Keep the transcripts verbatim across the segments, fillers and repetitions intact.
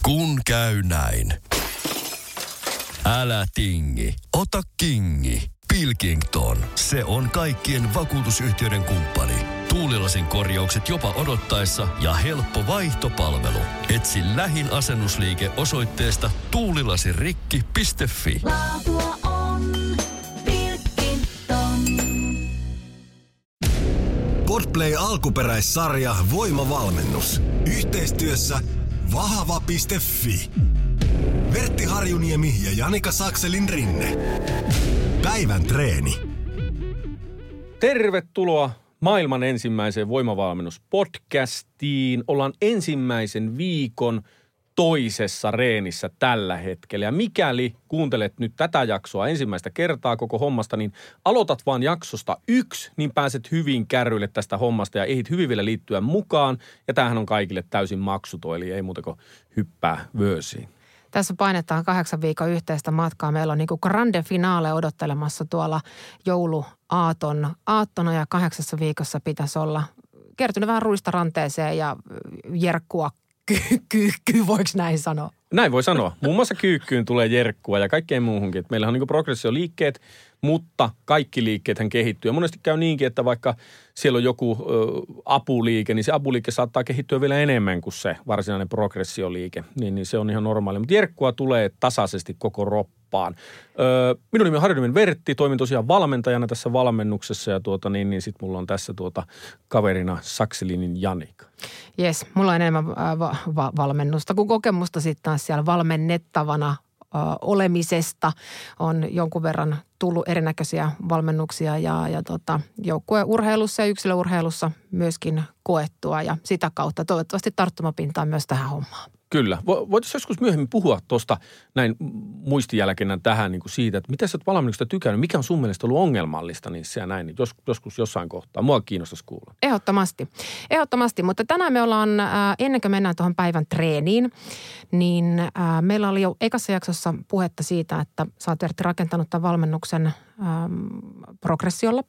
Kun käy näin. Älä tingi, ota kingi. Pilkington, se on kaikkien vakuutusyhtiöiden kumppani. Tuulilasin korjaukset jopa odottaessa ja helppo vaihtopalvelu. Etsi lähin asennusliike osoitteesta tuulilasirikki piste fi. Laatua on Pilkington. Podplay alkuperäissarja Voimavalmennus. Yhteistyössä vahva piste fi. Vertti Harjuniemi ja Janika Sakselin rinne. Päivän treeni. Tervetuloa maailman ensimmäiseen voimavalmennuspodcastiin. Ollaan ensimmäisen viikon toisessa reenissä tällä hetkellä. Ja mikäli kuuntelet nyt tätä jaksoa ensimmäistä kertaa koko hommasta, niin aloitat vaan jaksosta yksi, niin pääset hyvin kärryille tästä hommasta ja ehdit hyvin vielä liittyä mukaan. Ja tämähän on kaikille täysin maksuton, eli ei muuta kuin hyppää vöösiin. Tässä painetaan kahdeksan viikon yhteistä matkaa. Meillä on niin kuin grande finale odottelemassa tuolla jouluaaton aattona ja kahdeksassa viikossa pitäisi olla kertynyt vähän ruista ranteeseen ja jerkkua kyykkyyn, voiko näin sanoa? Näin voi sanoa. Muun muassa kyykkyyn tulee jerkkua ja kaikkeen muuhunkin. Meillähän on niin kuin progressioliikkeet, mutta kaikki liikkeethän kehittyy. Ja monesti käy niinkin, että vaikka siellä on joku ö, apuliike, niin se apuliike saattaa kehittyä vielä enemmän kuin se varsinainen progressioliike. Niin, niin se on ihan normaali. Mutta jerkkua tulee tasaisesti koko roppaan. Ö, minun nimi on Harjuniemi Vertti. Toimin tosiaan valmentajana tässä valmennuksessa ja tuota, niin, niin sitten mulla on tässä tuota kaverina Sakselinin Janika. Jes, mulla on enemmän äh, va- va- valmennusta kuin kokemusta sitten taas siellä valmennettavana olemisesta. On jonkun verran tullut erinäköisiä valmennuksia ja, ja tota, joukkueurheilussa ja yksilöurheilussa myöskin koettua ja sitä kautta toivottavasti tarttumapintaa myös tähän hommaan. Kyllä. Voitaisiin joskus myöhemmin puhua tuosta näin muistijälkeenä tähän niin kuin siitä, että mitä sä oot valmennuksesta tykännyt, mikä on sun mielestä ollut ongelmallista niissä ja näin, niin jos, joskus jossain kohtaa. Mua kiinnostaisi kuulla. Ehdottomasti. Ehdottomasti, mutta tänään me ollaan, äh, ennen kuin mennään tuohon päivän treeniin, niin äh, meillä oli jo ekassa jaksossa puhetta siitä, että sä oot Vertti rakentanut tämän valmennuksen ähm, progressiolla.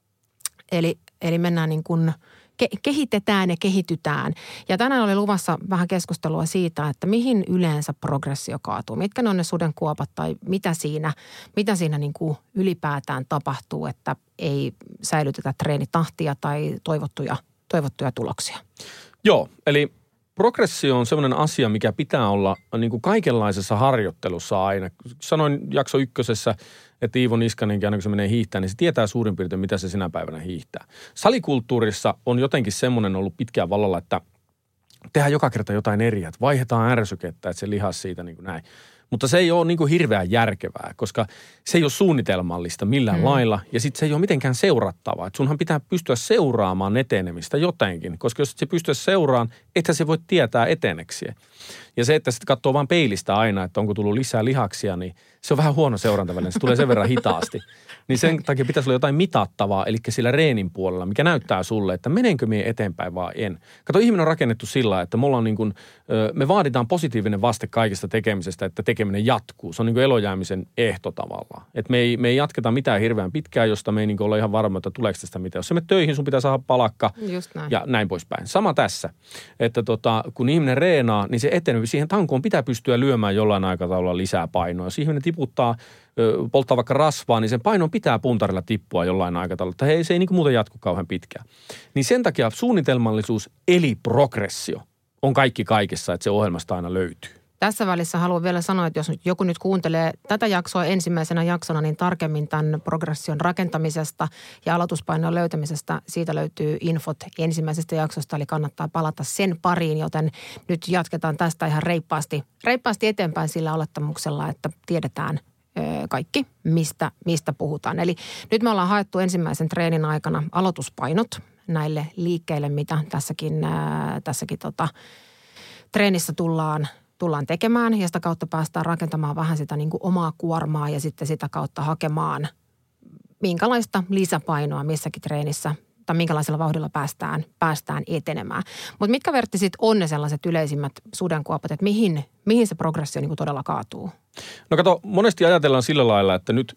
Eli, eli mennään niin kuin kehitetään ja kehitytään. Ja tänään oli luvassa vähän keskustelua siitä, että mihin yleensä progressio kaatuu. Mitkä ne on ne sudenkuopat tai mitä siinä, mitä siinä niin kuin ylipäätään tapahtuu, että ei säilytetä treenitahtia tai toivottuja, toivottuja tuloksia. Joo, eli progressio on sellainen asia, mikä pitää olla niin kuin kaikenlaisessa harjoittelussa aina. Sanoin jakso ykkösessä, että Iivo Niskanenkin aina kun se menee hiihtää, niin se tietää suurin piirtein, mitä se sinä päivänä hiihtää. Salikulttuurissa on jotenkin semmoinen ollut pitkään vallalla, että tehdään joka kerta jotain eri, että vaihdetaan ärsykettä, että se lihas siitä niin kuin näin. Mutta se ei ole niin kuin hirveän järkevää, koska se ei ole suunnitelmallista millään hmm. lailla ja sitten se ei ole mitenkään seurattavaa. Et sunhan pitää pystyä seuraamaan etenemistä jotenkin, koska jos et se pystyä seuraamaan, ethän se voi tietää eteneksiä. Ja se, että sitten katsoo vaan peilistä aina, että onko tullut lisää lihaksia, niin se on vähän huono seurantaväline. Se tulee sen verran hitaasti. Niin sen takia pitäisi olla jotain mitattavaa, eli sillä reenin puolella, mikä näyttää sulle, että menenkö mie eteenpäin vai en. Kato, ihminen on rakennettu sillä, että me, ollaan niin kuin, me vaaditaan positiivinen vaste kaikesta tekemisestä, että tekeminen jatkuu. Se on niin kuin elojäämisen ehto tavallaan. Että me ei, me ei jatketa mitään hirveän pitkään, josta me ei niin kuin olla ihan varma, että tuleeko tästä mitään. Jos sä menet töihin, sun pitää saada palakka näin. Ja näin poispäin. Sama tässä, että tota, kun ihminen reenaa, niin se etenee. Siihen tankoon pitää pystyä lyömään jollain aikataululla lisää painoa. Jos ihminen tiputtaa, polttaa vaikka rasvaa, niin sen painon pitää puntarilla tippua jollain aikataululla. Että hei, se ei niin kuin muuten jatku kauhean pitkään. Niin sen takia suunnitelmallisuus eli progressio on kaikki kaikessa, että se ohjelmasta aina löytyy. Tässä välissä haluan vielä sanoa, että jos joku nyt kuuntelee tätä jaksoa ensimmäisenä jaksona, niin tarkemmin tämän progression rakentamisesta ja aloituspainojen löytämisestä, siitä löytyy infot ensimmäisestä jaksosta, eli kannattaa palata sen pariin, joten nyt jatketaan tästä ihan reippaasti, reippaasti eteenpäin sillä olettamuksella, että tiedetään ö, kaikki, mistä, mistä puhutaan. Eli nyt me ollaan haettu ensimmäisen treenin aikana aloituspainot näille liikkeille, mitä tässäkin, ää, tässäkin tota, treenissä tullaan tullaan tekemään ja sitä kautta päästään rakentamaan vähän sitä niin kuin omaa kuormaa ja sitten sitä kautta hakemaan minkälaista lisäpainoa missäkin treenissä tai minkälaisella vauhdilla päästään, päästään etenemään. Mutta mitkä Vertti sitten on ne sellaiset yleisimmät sudenkuopat, että mihin, mihin se progressio niin kuin todella kaatuu? No kato, monesti ajatellaan sillä lailla, että nyt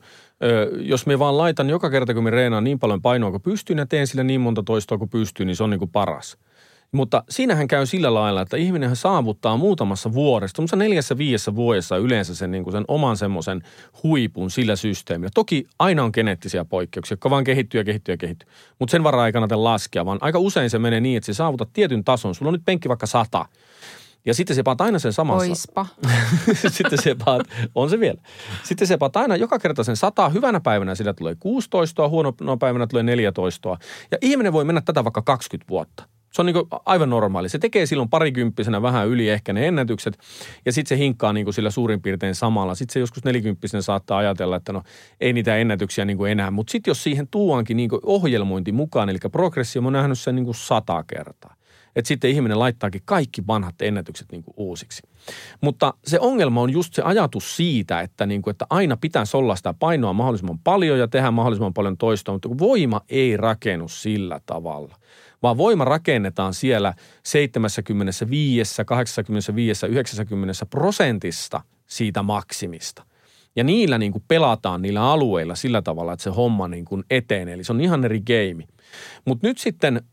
jos me vaan laitan joka kerta, kun me reenaan niin paljon painoa kuin pystyyn ja teen sille niin monta toistoa kuin pystyyn, niin se on niin kuin paras. Mutta siinähän käy sillä lailla, että ihminenhän saavuttaa muutamassa vuodessa, tuollaisessa neljässä viidessä vuodessa yleensä sen, niin kuin sen oman semmoisen huipun sillä systeemillä. Toki aina on geneettisiä poikkeuksia, jotka vaan kehittyy ja kehittyy ja kehittyy. Mutta sen varaan ei kannata laskea, vaan aika usein se menee niin, että sä saavutat tietyn tason. Sulla on nyt penkki vaikka sata. Ja sitten se paat aina sen saman. Oispa. Sitten se paat, on se vielä. Sitten se paat aina joka kerta sen sata. Hyvänä päivänä sillä tulee kuusitoista, huonona päivänä tulee neljätoista. Ja ihminen voi mennä tätä vaikka kaksikymmentä vuotta. Se on niin kuin aivan normaali. Se tekee silloin parikymppisenä vähän yli ehkä ne ennätykset ja sitten se hinkkaa niin kuin sillä suurin piirtein samalla. Sitten se joskus nelikymppisenä saattaa ajatella, että no ei niitä ennätyksiä niin kuin enää. Mutta sitten jos siihen tuoankin niin kuin ohjelmointi mukaan, eli progressio, mä oon nähnyt sen niin kuin sata kertaa. Että sitten ihminen laittaakin kaikki vanhat ennätykset niin kuin uusiksi. Mutta se ongelma on just se ajatus siitä, että, niin kuin, että aina pitäisi olla sitä painoa mahdollisimman paljon ja tehdä mahdollisimman paljon toistoa, mutta voima ei rakennu sillä tavalla. Vaan voima rakennetaan siellä seitsemänkymmentäviisi, kahdeksankymmentäviisi, yhdeksänkymmentä prosentista siitä maksimista. Ja niillä niin kuin pelataan niillä alueilla sillä tavalla, että se homma niin kuin etenee. Eli se on ihan eri game. Mutta nyt sitten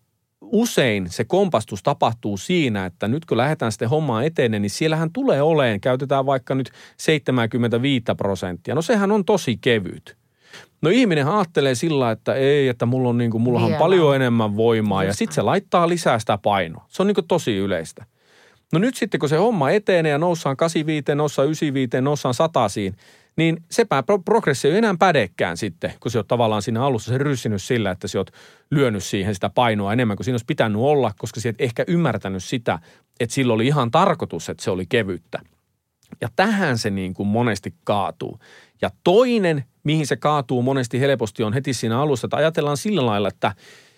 usein se kompastus tapahtuu siinä, että nyt kun lähdetään sitten hommaan eteneen, niin siellähän tulee oleen, käytetään vaikka nyt seitsemänkymmentäviisi prosenttia. No sehän on tosi kevyt. No ihminen ajattelee sillä, että ei, että mulla on niin kuin, mullahan on paljon enemmän voimaa ja sitten se laittaa lisää sitä painoa. Se on niin kuin tosi yleistä. No nyt sitten kun se homma etenee ja noussaan kahdeksankymmentäviisi, noussaan yhdeksänkymmentäviisi, noussaan satasiin, niin sepä progressio ei enää pädekään sitten, kun se on tavallaan siinä alussa se ryssinyt sillä, että sä oot lyönyt siihen sitä painoa enemmän kuin siinä olisi pitänyt olla, koska sä et ehkä ymmärtänyt sitä, että sillä oli ihan tarkoitus, että se oli kevyttä. Ja tähän se niin kuin monesti kaatuu. Ja toinen, mihin se kaatuu monesti helposti on heti siinä alussa, että ajatellaan sillä lailla, että,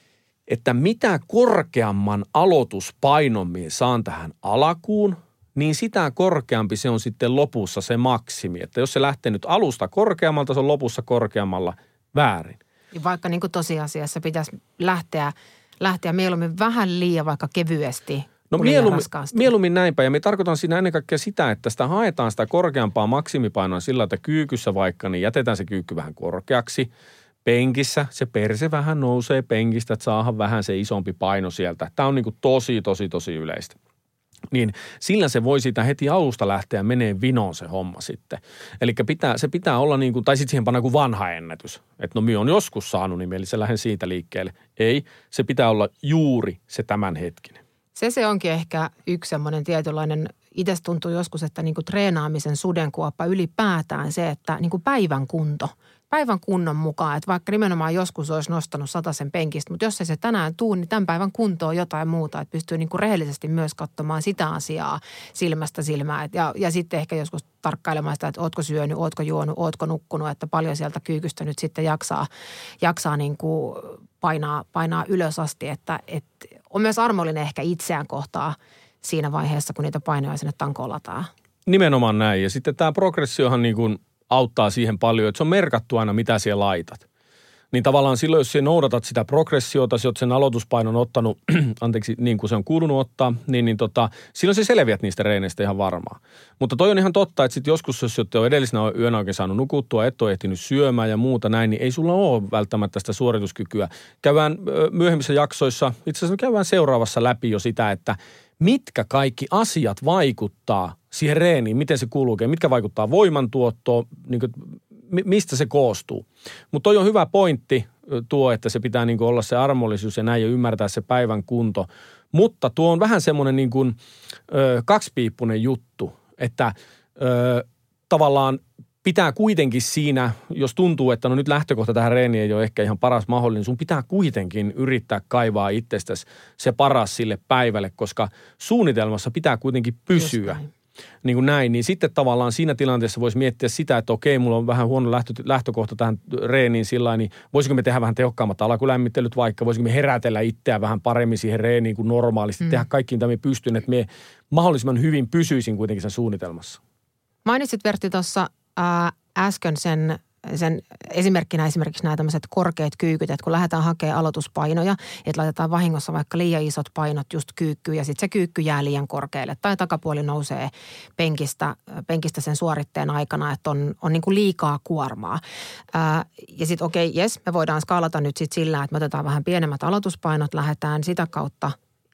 että mitä korkeamman aloituspainon minä saan tähän alakuun, niin sitä korkeampi se on sitten lopussa se maksimi. Että jos se lähtee nyt alusta korkeammalta, se on lopussa korkeammalla väärin. Vaikka niin kuin tosiasiassa pitäisi lähteä, lähteä mieluummin vähän liian vaikka kevyesti. No mieluummin, mieluummin näinpä, ja me tarkoitan siinä ennen kaikkea sitä, että sitä haetaan sitä korkeampaa maksimipainoa sillä, että kyykyssä vaikka, niin jätetään se kyykky vähän korkeaksi. Penkissä se perse vähän nousee penkistä, että saadaan vähän se isompi paino sieltä. Tämä on niin kuin tosi, tosi, tosi yleistä. Niin sillä se voi siitä heti alusta lähteä menee vinoon se homma sitten. Eli pitää, se pitää olla niin kuin, tai sitten siihen panna kuin vanha ennätys. Että no minä on joskus saanut, niin eli se lähden siitä liikkeelle. Ei, se pitää olla juuri se tämänhetkinen. Se se onkin ehkä yksi semmoinen tietynlainen, itse tuntuu joskus, että niin kuin treenaamisen sudenkuoppa ylipäätään se, että niin kuin päivän kunto, päivän kunnon mukaan, että vaikka nimenomaan joskus olisi nostanut satasen penkistä, mutta jos ei se tänään tuu, niin tämän päivän kunto on jotain muuta, että pystyy niin kuin rehellisesti myös katsomaan sitä asiaa silmästä silmään ja, ja sitten ehkä joskus tarkkailemaan sitä, että ootko syönyt, ootko juonut, ootko nukkunut, että paljon sieltä kyykystä nyt sitten jaksaa, jaksaa niin kuin painaa, painaa ylös asti, että, että on myös armollinen ehkä itseään kohtaa siinä vaiheessa, kun niitä painoja sinne tankoon lataa. Nimenomaan näin. Ja sitten tämä progressiohan niin kuin auttaa siihen paljon, että se on merkattu aina, mitä siellä laitat. Niin tavallaan silloin, jos sinä noudatat sitä progressiota, jos olet sen aloituspainon ottanut, anteeksi, niin kuin se on kuulunut ottaa, niin, niin tota, silloin se selviät niistä reeneistä ihan varmaan. Mutta toi on ihan totta, että sitten joskus, jos olet edellisenä yönä oikein saanut nukuttua, et ole ehtinyt syömään ja muuta näin, niin ei sulla ole välttämättä sitä suorituskykyä. Käydään myöhemmissä jaksoissa, itse asiassa käydään seuraavassa läpi jo sitä, että mitkä kaikki asiat vaikuttaa siihen reeniin, miten se kulkee, mitkä vaikuttaa voimantuottoon, niin kuin, mistä se koostuu. Mutta toi on hyvä pointti tuo, että se pitää niin kuin olla se armollisuus ja näin ja ymmärtää se päivän kunto. Mutta tuo on vähän semmoinen niin kuin ö, kaksipiippunen juttu, että ö, tavallaan pitää kuitenkin siinä, jos tuntuu, että no nyt lähtökohta tähän reeniin ei ole ehkä ihan paras mahdollinen, sun pitää kuitenkin yrittää kaivaa itsestäsi se paras sille päivälle, koska suunnitelmassa pitää kuitenkin pysyä. Niin kuin näin, niin sitten tavallaan siinä tilanteessa voisi miettiä sitä, että okei, mulla on vähän huono lähtö, lähtökohta tähän reeniin sillä niin voisiko me tehdä vähän tehokkaammat alkulämmittelyt vaikka, voisiko me herätellä itseään vähän paremmin siihen reeniin kuin normaalisti, mm. tehdä kaikki, mitä me pystyn, että me mahdollisimman hyvin pysyisin kuitenkin sen suunnitelmassa. Mainitsit Vertti tuossa äh, äsken sen, sen esimerkkinä esimerkiksi nämä tämmöiset korkeat kyykyt, että kun lähdetään hakemaan aloituspainoja, että laitetaan vahingossa vaikka liian isot painot just kyykkyyn ja sitten se kyykky jää liian korkealle tai takapuoli nousee penkistä, penkistä sen suoritteen aikana, että on, on niin kuin liikaa kuormaa. Ää, ja sitten okei, okay, jes, me voidaan skaalata nyt sitten sillä, että me otetaan vähän pienemmät aloituspainot, lähdetään sitä kautta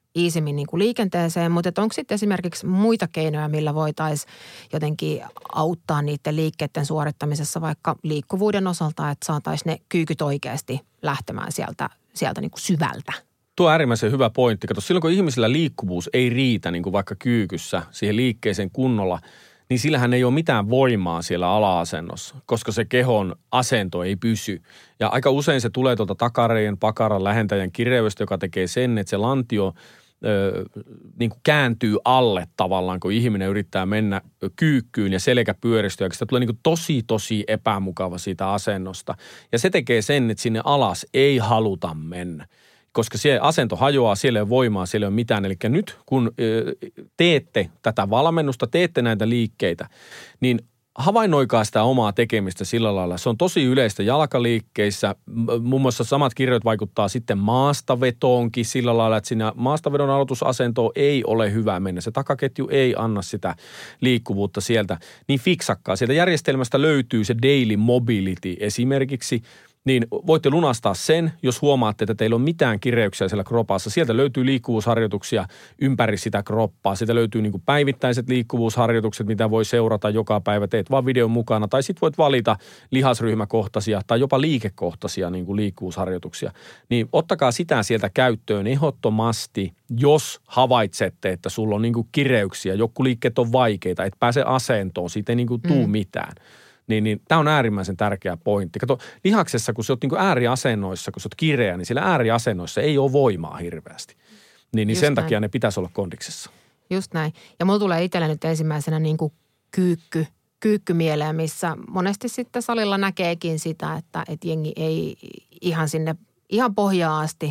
iisimmin niin kuin liikenteeseen, mutta onko sitten esimerkiksi muita keinoja, millä voitaisiin jotenkin auttaa niiden liikkeiden suorittamisessa vaikka liikkuvuuden osalta, että saataisiin ne kyykyt oikeasti lähtemään sieltä, sieltä niin kuin syvältä? Tuo on äärimmäisen hyvä pointti. Kato, silloin kun ihmisillä liikkuvuus ei riitä, niin kuin vaikka kyykyssä, siihen liikkeeseen kunnolla, niin sillähän ei ole mitään voimaa siellä ala-asennossa, koska se kehon asento ei pysy. Ja aika usein se tulee tuolta takareiden, pakaran, lähentäjän kireydestä, joka tekee sen, että se lantio ö, niin kuin kääntyy alle tavallaan, kun ihminen yrittää mennä kyykkyyn ja selkä pyöristyy. Ja sitä tulee niin kuin tosi, tosi epämukava siitä asennosta. Ja se tekee sen, että sinne alas ei haluta mennä. Koska se asento hajoaa, siellä ei ole voimaa, siellä ei ole mitään. Eli nyt kun teette tätä valmennusta, teette näitä liikkeitä, niin havainnoikaa sitä omaa tekemistä sillä lailla. Se on tosi yleistä jalkaliikkeissä. Muun muassa samat kirjoit vaikuttaa sitten maastavetoonkin sillä lailla, että siinä maastavedon aloitusasentoon ei ole hyvä mennä. Se takaketju ei anna sitä liikkuvuutta sieltä. Niin fiksakkaa. Sieltä järjestelmästä löytyy se daily mobility esimerkiksi. Niin voitte lunastaa sen, jos huomaatte, että teillä on mitään kireyksiä siellä kropassa. Sieltä löytyy liikkuvuusharjoituksia ympäri sitä kroppaa. Sieltä löytyy niin kuin päivittäiset liikkuvuusharjoitukset, mitä voi seurata joka päivä. Teet vaan videon mukana. Tai sitten voit valita lihasryhmäkohtaisia tai jopa liikekohtaisia niin kuin liikkuvuusharjoituksia. Niin ottakaa sitä sieltä käyttöön ehdottomasti, jos havaitsette, että sulla on niin kuin kireyksiä. Joku liikkeet on vaikeita, et pääse asentoon, siitä ei niin kuin tuu mm. mitään. Niin, niin tämä on äärimmäisen tärkeä pointti. Kato, lihaksessa, kun sä oot niin kuin ääriasennoissa, kun sä oot kireä, niin siellä ääriasennoissa ei ole voimaa hirveästi. Niin, niin sen näin. Takia ne pitäisi olla kondiksessa. Just näin. Ja mulla tulee itselle nyt ensimmäisenä niin kuin kyykky, kyykky mieleen, missä monesti sitten salilla näkeekin sitä, että, että jengi ei ihan sinne, ihan pohjaan asti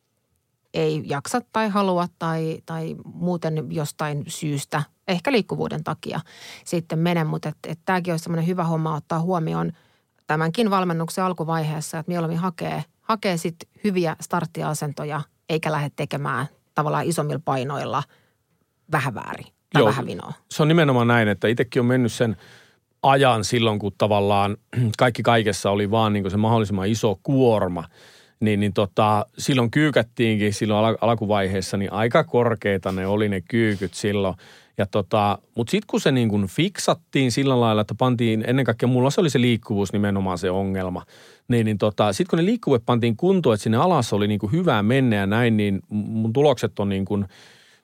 ei jaksa tai halua tai, tai muuten jostain syystä, ehkä liikkuvuuden takia sitten mene, mutta että et tämäkin olisi semmoinen hyvä homma ottaa huomioon tämänkin valmennuksen alkuvaiheessa, että mieluummin hakee, hakee sitten hyviä starttiasentoja eikä lähde tekemään tavallaan isommilla painoilla vähän väärin tai Joo, vähän vinoa. Se on nimenomaan näin, että itsekin on mennyt sen ajan silloin, kun tavallaan kaikki kaikessa oli vaan niin kuin se mahdollisimman iso kuorma. Niin, niin tota, silloin kyykättiinkin silloin al- alkuvaiheessa, niin aika korkeita ne oli ne kyykyt silloin. Ja tota, mutta sitten kun se niin kun fiksattiin sillä lailla, että pantiin, ennen kaikkea mulla se oli se liikkuvuus nimenomaan se ongelma. Niin, niin tota, sitten kun ne liikkuvuudet pantiin kuntoon, että sinne alas oli niin kuin hyvää mennä ja näin, niin mun tulokset on niin kuin,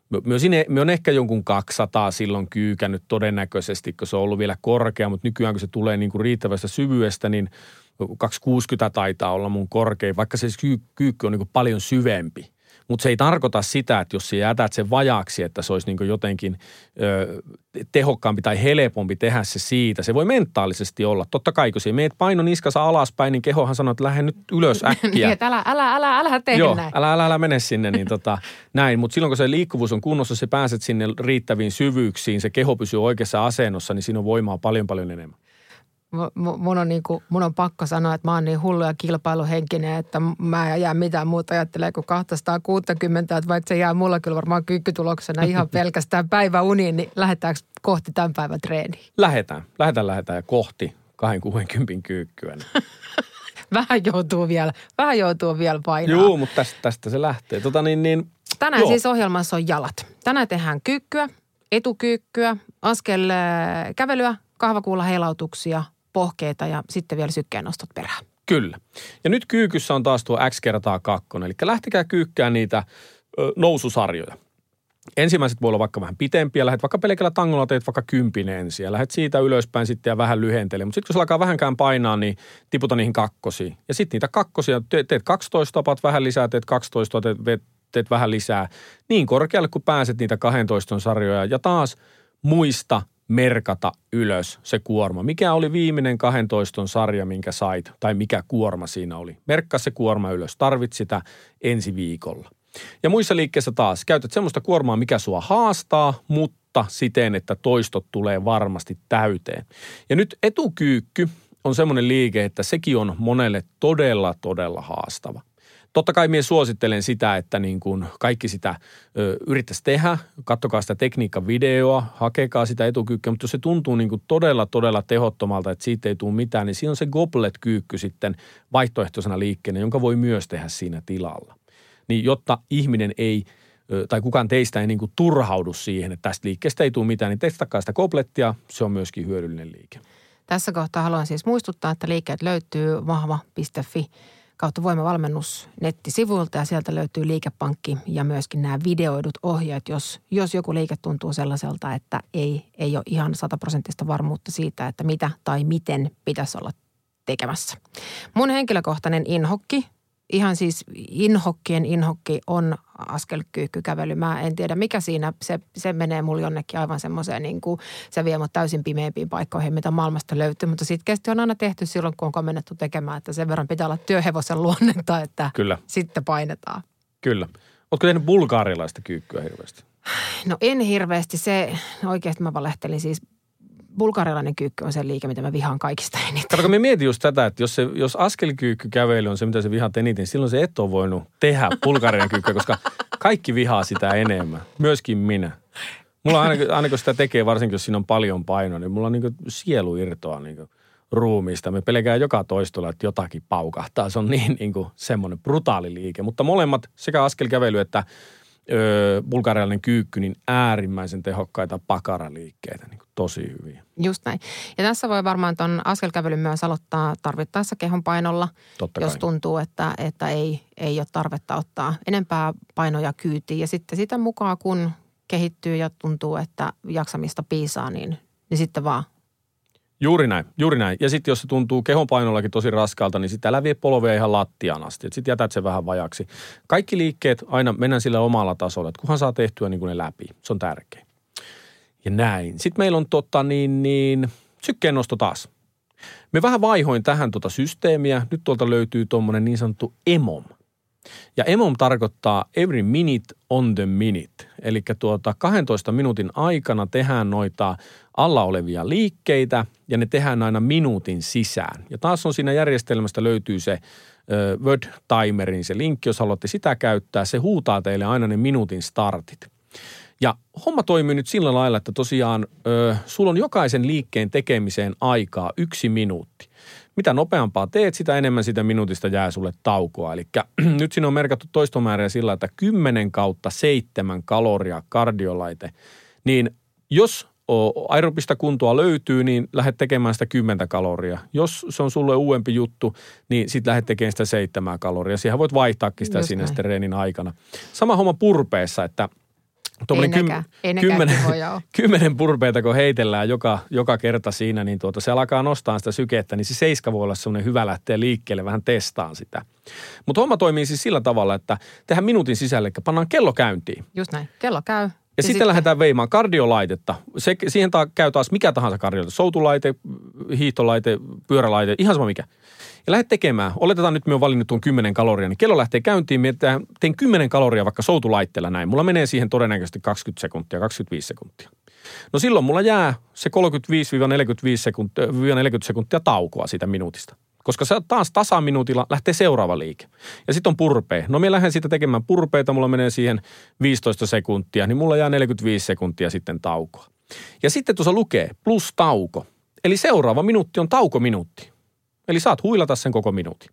me on ehkä jonkun kaksisataa silloin kyykännyt todennäköisesti, kun se on ollut vielä korkea, mutta nykyään kun se tulee niin kuin riittävästä syvyydestä, niin kaksisataakuusikymmentä taitaa olla mun korkein, vaikka se kyykky on niin kuin paljon syvempi. Mutta se ei tarkoita sitä, että jos sä jätät sen vajaaksi, että se olisi niin kuin jotenkin ö, tehokkaampi tai helpompi tehdä se siitä. Se voi mentaalisesti olla. Totta kai, kun sä meet paino niskassa alaspäin, niin kehohan sanoo, että lähde nyt ylös äkkiä. Niin, että älä, älä, älä, älä tee Joo, näin. älä, älä, älä mene sinne, niin tota, näin. Mutta silloin, kun se liikkuvuus on kunnossa, sä pääset sinne riittäviin syvyyksiin, se keho pysyy oikeassa asennossa, niin siinä on voimaa paljon, paljon enemmän. Mun on, niin kuin, mun on pakko sanoa, että mä oon niin hullu ja kilpailuhenkinen, että mä en jää mitään muuta ajattelee kuin kaksisataakuusikymmentä, että vaikka se jää mulla kyllä varmaan kyykkytuloksena ihan pelkästään päiväuniin, niin lähdetäänkö kohti tämän päivän treeniä? Lähetään, lähetään, lähetään ja kohti kaksisataakuusikymmentä kyykkyä. Vähän joutuu vielä, vähän joutuu vielä painaa. Joo, mutta tästä, tästä se lähtee. Tota niin, niin, Tänään joo. siis ohjelmassa on jalat. Tänään tehdään kyykkyä, etukyykkyä, askel kävelyä, kahvakuulla heilautuksia, pohkeita ja sitten vielä sykkeennostot perään. Kyllä. Ja nyt kyykyssä on taas tuo X kertaa kakkonen. Eli lähtekää kyykkään niitä ö, noususarjoja. Ensimmäiset voi olla vaikka vähän pitempiä. Lähdet vaikka pelkällä tangolla, teet vaikka kympin ensin. Ja lähdet siitä ylöspäin sitten ja vähän lyhentelee. Mutta sitten kun se alkaa vähänkään painaa, niin tiputa niihin kakkosiin. Ja sitten niitä kakkosia, te, teet kaksitoista, tapat vähän lisää, teet kaksitoista, teet, teet vähän lisää. Niin korkealle kun pääset niitä kaksitoista sarjoja. Ja taas muista merkata ylös se kuorma. Mikä oli viimeinen kaksitoista sarja, minkä sait, tai mikä kuorma siinä oli. Merkkaa se kuorma ylös. Tarvit sitä ensi viikolla. Ja muissa liikkeissä taas käytät semmoista kuormaa, mikä sua haastaa, mutta siten, että toistot tulee varmasti täyteen. Ja nyt etukyykky on semmoinen liike, että sekin on monelle todella, todella haastava. Totta kai minä suosittelen sitä, että niin kuin kaikki sitä ö, yrittäisi tehdä. Katsokaa sitä tekniikkavideoa, hakekaa sitä etukyykkyä, mutta jos se tuntuu niin kuin todella, todella tehottomalta, että siitä ei tule mitään, niin siinä on se goblet-kyykky sitten vaihtoehtoisena liikkeenä, jonka voi myös tehdä siinä tilalla. Niin jotta ihminen ei tai kukaan teistä ei niin kuin turhaudu siihen, että tästä liikkeestä ei tule mitään, niin testakaa sitä Goblettia, se on myöskin hyödyllinen liike. Tässä kohtaa haluan siis muistuttaa, että liikkeet löytyy vahva piste fi kautta voimavalmennus nettisivuilta ja sieltä löytyy liikepankki ja myöskin nämä videoidut ohjeet, jos, jos joku liike tuntuu sellaiselta, että ei, ei ole ihan sataprosenttista varmuutta siitä, että mitä tai miten pitäisi olla tekemässä. Mun henkilökohtainen inhokki, ihan siis inhokkien inhokki on askelkyykkykävely. Mä en tiedä mikä siinä, se, se menee mulle jonnekin aivan semmoiseen niin kuin se vie mut täysin pimeimpiin paikkoihin, mitä maailmasta löytyy. Mutta sit kesti on aina tehty silloin, kun on komennettu tekemään, että sen verran pitää olla työhevosen luonnetta, että Kyllä. sitten painetaan. Kyllä. Ootko tehnyt bulgaarilaista kyykkyä hirveästi? No en hirveästi. Se, no oikeasti mä valehtelin siis. Bulgarilainen kyykky on se liike, mitä mä vihaan kaikista eniten. Kato, kun mä mietin just tätä, että jos, se, jos askelkyykkykävely on se, mitä se vihaat eniten, silloin se et ole voinut tehdä bulgarian kyykkyä, koska kaikki vihaa sitä enemmän. Myöskin minä. Mulla aina, aina kun sitä tekee, varsinkin jos siinä on paljon painoa, niin mulla on niin kuin sielu irtoa niin kuin ruumiista. Me pelkään joka toistolla, että jotakin paukahtaa. Se on niin, niin kuin semmoinen brutaali liike. Mutta molemmat, sekä askelkävely että Öö, bulgarialainen kyykky, niin äärimmäisen tehokkaita pakaraliikkeitä, niin kuin tosi hyviä. Just näin. Ja tässä voi varmaan ton askelkävelyn myös aloittaa tarvittaessa kehon painolla, Totta jos kai. tuntuu, että, että ei, ei ole tarvetta ottaa enempää painoja kyytiin. Ja sitten sitä mukaan, kun kehittyy ja tuntuu, että jaksamista piisaa, niin, niin sitten vaan. Juuri näin, juuri näin. Ja sitten jos se tuntuu kehon painollakin tosi raskaalta, niin sitten älä vie polvea ihan lattiaan asti. Sitten jätät sen vähän vajaksi. Kaikki liikkeet aina mennään sillä omalla tasolla, että kunhan saa tehtyä niin kuin ne läpi. Se on tärkeä. Ja näin. Sitten meillä on tota niin, niin sykkeen nosto taas. Me vähän vaihoin tähän tota systeemiä. Nyt tuolta löytyy tuommoinen niin sanottu E M O M. Ja E M O M tarkoittaa every minute on the minute. Eli tuota kahdentoista minuutin aikana tehdään noita alla olevia liikkeitä ja ne tehdään aina minuutin sisään. Ja taas on siinä järjestelmästä löytyy se ö, Word-timerin se linkki, jos haluatte sitä käyttää. Se huutaa teille aina ne minuutin startit. Ja homma toimii nyt sillä lailla, että tosiaan ö, sulla on jokaisen liikkeen tekemiseen aikaa yksi minuutti. Mitä nopeampaa teet, sitä enemmän sitä minuutista jää sulle taukoa. Eli nyt siinä on merkattu toistomääriä sillä, että kymmenen kautta seitsemän kaloria kardiolaite. Niin jos aerobista kuntoa löytyy, niin lähdet tekemään sitä kymmentä kaloria. Jos se on sulle uudempi juttu, niin sitten lähdet tekemään sitä seitsemää kaloria. Siihen voit vaihtaakin sitä sinne sitten reenin aikana. Sama homma purpeessa, että Ei nekään, ei kymmenen, kymmenen purpeita, kun heitellään joka, joka kerta siinä, niin tuota, se alkaa nostaa sitä sykettä, niin se seiska voi olla semmoinen hyvä lähteä liikkeelle, vähän testaan sitä. Mutta homma toimii siis sillä tavalla, että tehdään minuutin sisälle, että pannaan kello käyntiin. Just näin, kello käy. Ja, ja sitten, sitten lähdetään veimaan kardiolaitetta. Se, siihen ta- käy taas mikä tahansa kardiolaite, soutulaite, hiihtolaite, pyörälaite, ihan sama mikä. Ja lähdet tekemään. Oletetaan nyt, me on valinnut tuon kymmenen kaloria, niin kello lähtee käyntiin. Mietitään, teen kymmenen kaloria vaikka soutulaitteella näin. Mulla menee siihen todennäköisesti kaksikymmentä sekuntia, kaksikymmentäviisi sekuntia. No silloin mulla jää se kolmekymmentäviisi neljäkymmentäviisi sekuntia, neljäkymmentä sekuntia taukoa siitä minuutista. Koska se taas tasaminuutilla lähtee seuraava liike. Ja sitten on purpea. No minä lähden siitä tekemään purpeita, mulla menee siihen viisitoista sekuntia, niin mulla jää neljäkymmentäviisi sekuntia sitten taukoa. Ja sitten tuossa lukee plus tauko. Eli seuraava minuutti on taukominuutti. Eli saat huilata sen koko minuutin.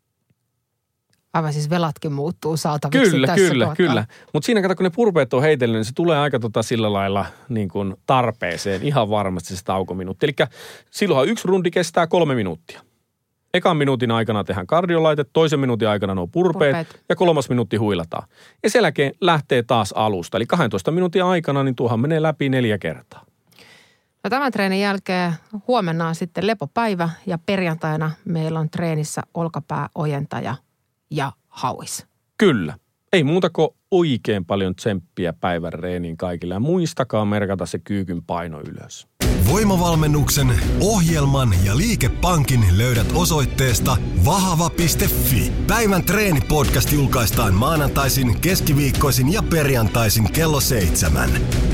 Aivan siis velatkin muuttuu saataviksi kyllä, tässä Kyllä, kohtaa. kyllä. Mutta siinä kato, kun ne purpeet on heitellyt, niin se tulee aika tota sillä lailla niin kuin tarpeeseen ihan varmasti se taukominuutti. Eli silloinhan yksi rundi kestää kolme minuuttia. Ekan minuutin aikana tehdään kardiolaite, toisen minuutin aikana nuo purpeet, purpeet. ja kolmas minuutti huilataan. Ja sen jälkeen lähtee taas alusta. Eli kahdentoista minuutin aikana niin tuohan menee läpi neljä kertaa. No tämän treenin jälkeen huomenna on sitten lepopäivä ja perjantaina meillä on treenissä olkapääojentaja ja hauis. Kyllä. Ei muuta kuin oikein paljon tsemppiä päivän reeniin kaikille ja muistakaa merkata se kyykyn paino ylös. Voimavalmennuksen, ohjelman ja liikepankin löydät osoitteesta vahva piste fi. Päivän treenipodcast julkaistaan maanantaisin, keskiviikkoisin ja perjantaisin kello seitsemän.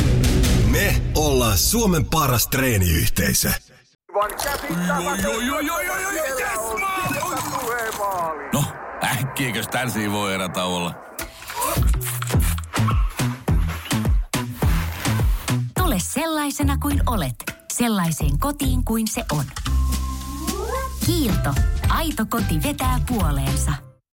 Me ollaan Suomen paras treeniyhteisö. No, äkkiäkös tän voi erä olla? Tule sellaisena kuin olet, sellaiseen kotiin kuin se on. Kiilto. Aito koti vetää puoleensa.